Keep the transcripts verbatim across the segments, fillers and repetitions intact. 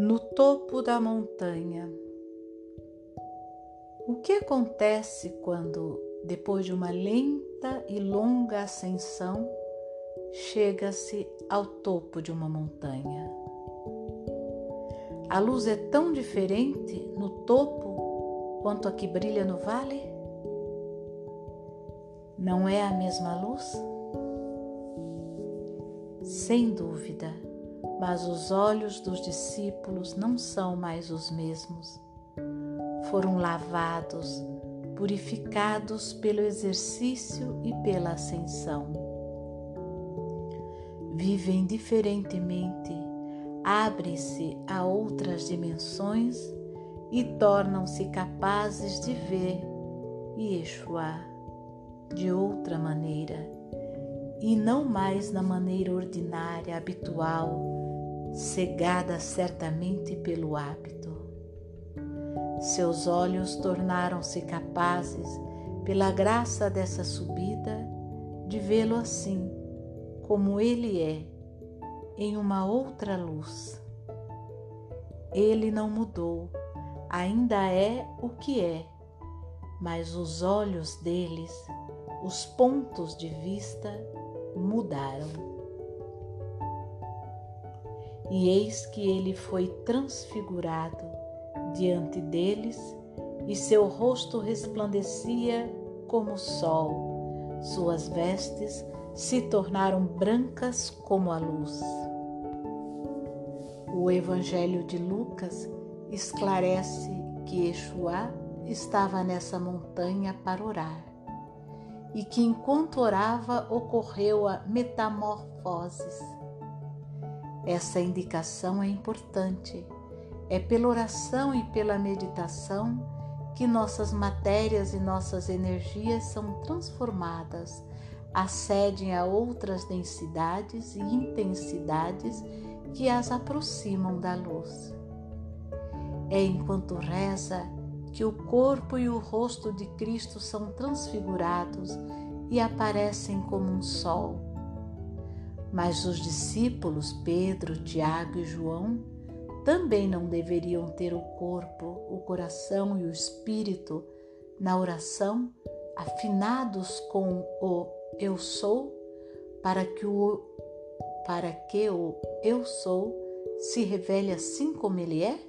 No topo da montanha. O que acontece quando, depois de uma lenta e longa ascensão, chega-se ao topo de uma montanha? A luz é tão diferente no topo quanto a que brilha no vale? Não é a mesma luz? Sem dúvida, mas os olhos dos discípulos não são mais os mesmos. Foram lavados, purificados pelo exercício e pela ascensão. Vivem diferentemente, abrem-se a outras dimensões e tornam-se capazes de ver Yeshua de outra maneira, e não mais na maneira ordinária, habitual, cegada certamente pelo hábito. Seus olhos tornaram-se capazes, pela graça dessa subida, de vê-lo assim, como ele é, em uma outra luz. Ele não mudou, ainda é o que é, mas os olhos deles, os pontos de vista, mudaram. E eis que ele foi transfigurado diante deles, e seu rosto resplandecia como o sol, suas vestes se tornaram brancas como a luz. O Evangelho de Lucas esclarece que Yeshua estava nessa montanha para orar, e que enquanto orava ocorreu a metamorfose. Essa indicação é importante. É pela oração e pela meditação que nossas matérias e nossas energias são transformadas, acedem a outras densidades e intensidades que as aproximam da luz. É enquanto reza que o corpo e o rosto de Cristo são transfigurados e aparecem como um sol. Mas os discípulos Pedro, Tiago e João também não deveriam ter o corpo, o coração e o espírito na oração afinados com o Eu Sou, para que o, para que o Eu Sou se revele assim como ele é?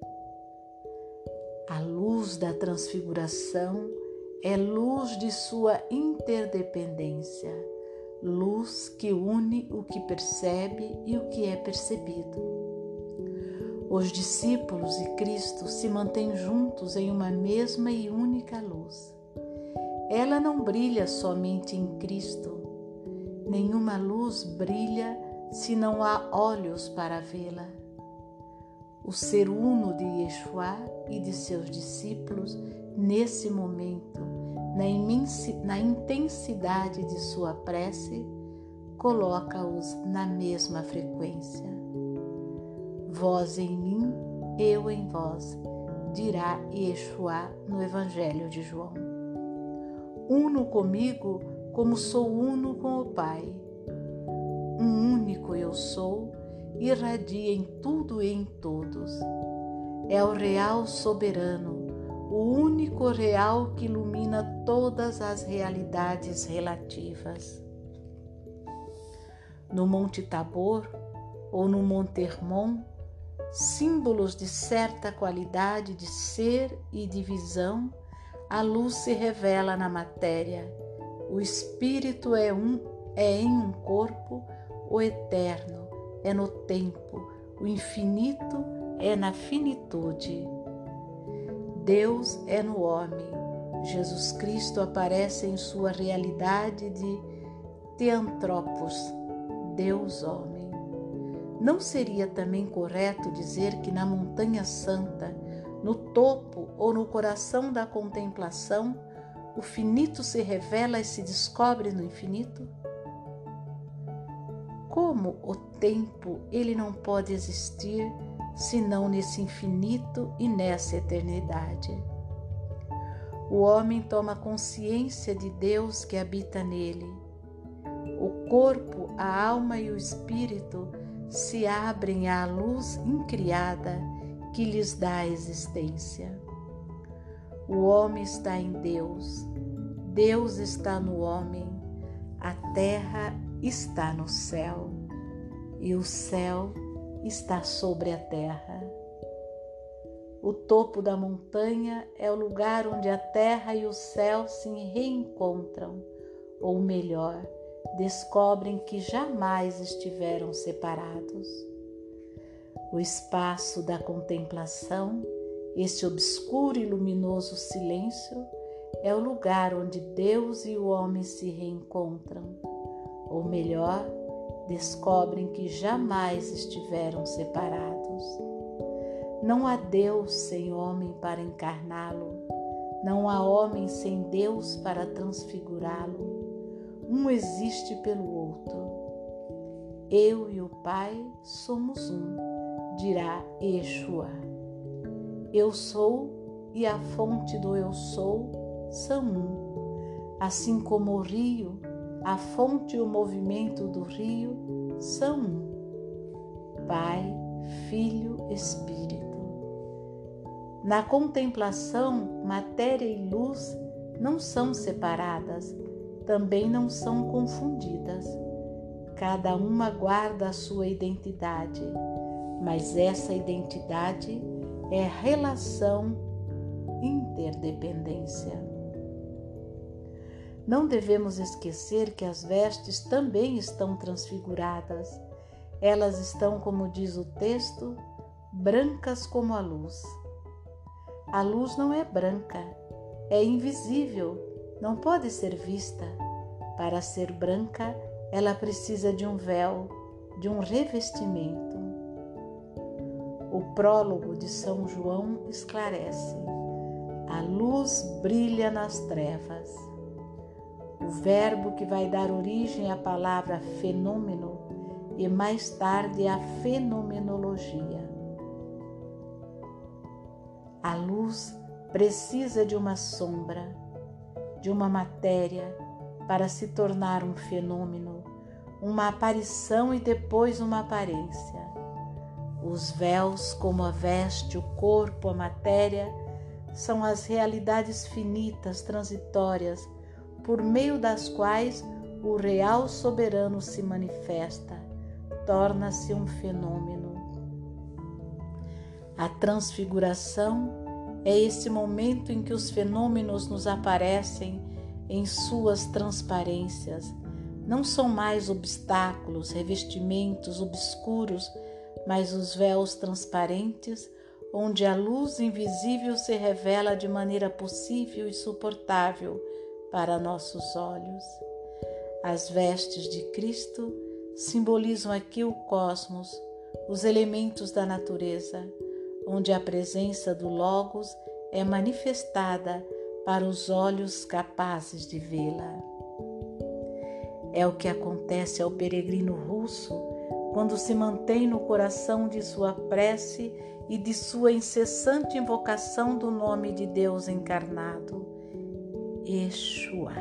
A luz da transfiguração é luz de sua interdependência, luz que une o que percebe e o que é percebido. Os discípulos e Cristo se mantêm juntos em uma mesma e única luz. Ela não brilha somente em Cristo. Nenhuma luz brilha se não há olhos para vê-la. O ser uno de Yeshua e de seus discípulos, nesse momento, na, imensi, na intensidade de sua prece, coloca-os na mesma frequência. Vós em mim, eu em vós, dirá Yeshua no Evangelho de João. Uno comigo como sou uno com o Pai. Um único eu sou, irradia em tudo e em todos. É o real soberano, o único real que ilumina todas as realidades relativas. No Monte Tabor ou no Monte Hermon, símbolos de certa qualidade de ser e de visão, a luz se revela na matéria. O espírito é, um, é em um corpo, o eterno é no tempo, o infinito é na finitude. Deus é no homem. Jesus Cristo aparece em sua realidade de Theantropos, Deus-homem. Não seria também correto dizer que na Montanha Santa, no topo ou no coração da contemplação, o finito se revela e se descobre no infinito? Como o tempo ele não pode existir senão nesse infinito e nessa eternidade? O homem toma consciência de Deus que habita nele. O corpo, a alma e o espírito se abrem à luz incriada que lhes dá a existência. O homem está em Deus, Deus está no homem, a terra está no céu e o céu está sobre a terra. O topo da montanha é o lugar onde a terra e o céu se reencontram, ou melhor, descobrem que jamais estiveram separados. O espaço da contemplação, esse obscuro e luminoso silêncio, é o lugar onde Deus e o homem se reencontram, ou melhor, descobrem que jamais estiveram separados. Não há Deus sem homem para encarná-lo, não há homem sem Deus para transfigurá-lo. Um existe pelo outro. Eu e o Pai somos um, dirá Yeshua. Eu sou e a fonte do eu sou são um. Assim como o rio, a fonte e o movimento do rio são um. Pai, Filho, Espírito. Na contemplação, matéria e luz não são separadas, também não são confundidas. Cada uma guarda a sua identidade, mas essa identidade é relação, interdependência. Não devemos esquecer que as vestes também estão transfiguradas. Elas estão, como diz o texto, brancas como a luz. A luz não é branca, é invisível, não pode ser vista. Para ser branca, ela precisa de um véu, de um revestimento. O prólogo de São João esclarece: a luz brilha nas trevas. O verbo que vai dar origem à palavra fenômeno e mais tarde à fenomenologia. A luz precisa de uma sombra, de uma matéria, para se tornar um fenômeno, uma aparição e depois uma aparência. Os véus, como a veste, o corpo, a matéria, são as realidades finitas, transitórias, por meio das quais o real soberano se manifesta, torna-se um fenômeno. A transfiguração é esse momento em que os fenômenos nos aparecem em suas transparências. Não são mais obstáculos, revestimentos obscuros, mas os véus transparentes, onde a luz invisível se revela de maneira possível e suportável para nossos olhos. As vestes de Cristo simbolizam aqui o cosmos, os elementos da natureza, onde a presença do Logos é manifestada para os olhos capazes de vê-la. É o que acontece ao peregrino russo quando se mantém no coração de sua prece e de sua incessante invocação do nome de Deus encarnado, Yeshua.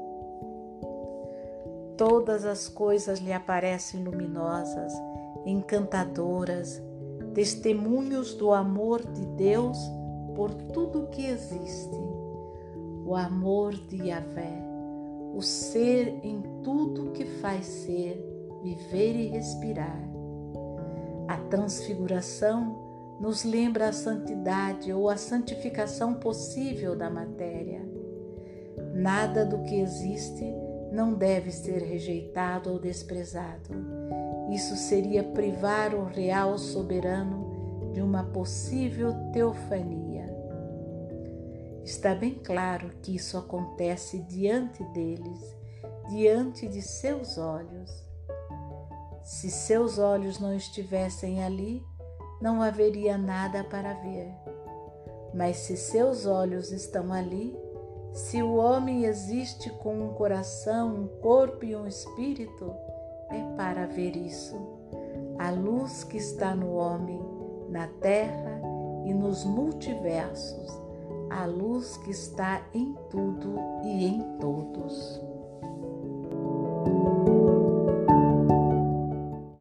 Todas as coisas lhe aparecem luminosas, encantadoras, testemunhos do amor de Deus por tudo que existe. O amor de Yahvé, o ser em tudo que faz ser, viver e respirar. A transfiguração nos lembra a santidade ou a santificação possível da matéria. Nada do que existe não deve ser rejeitado ou desprezado. Isso seria privar o real soberano de uma possível teofania. Está bem claro que isso acontece diante deles, diante de seus olhos. Se seus olhos não estivessem ali, não haveria nada para ver. Mas se seus olhos estão ali, se o homem existe com um coração, um corpo e um espírito, é para ver isso. A luz que está no homem, na terra e nos multiversos, a luz que está em tudo e em todos.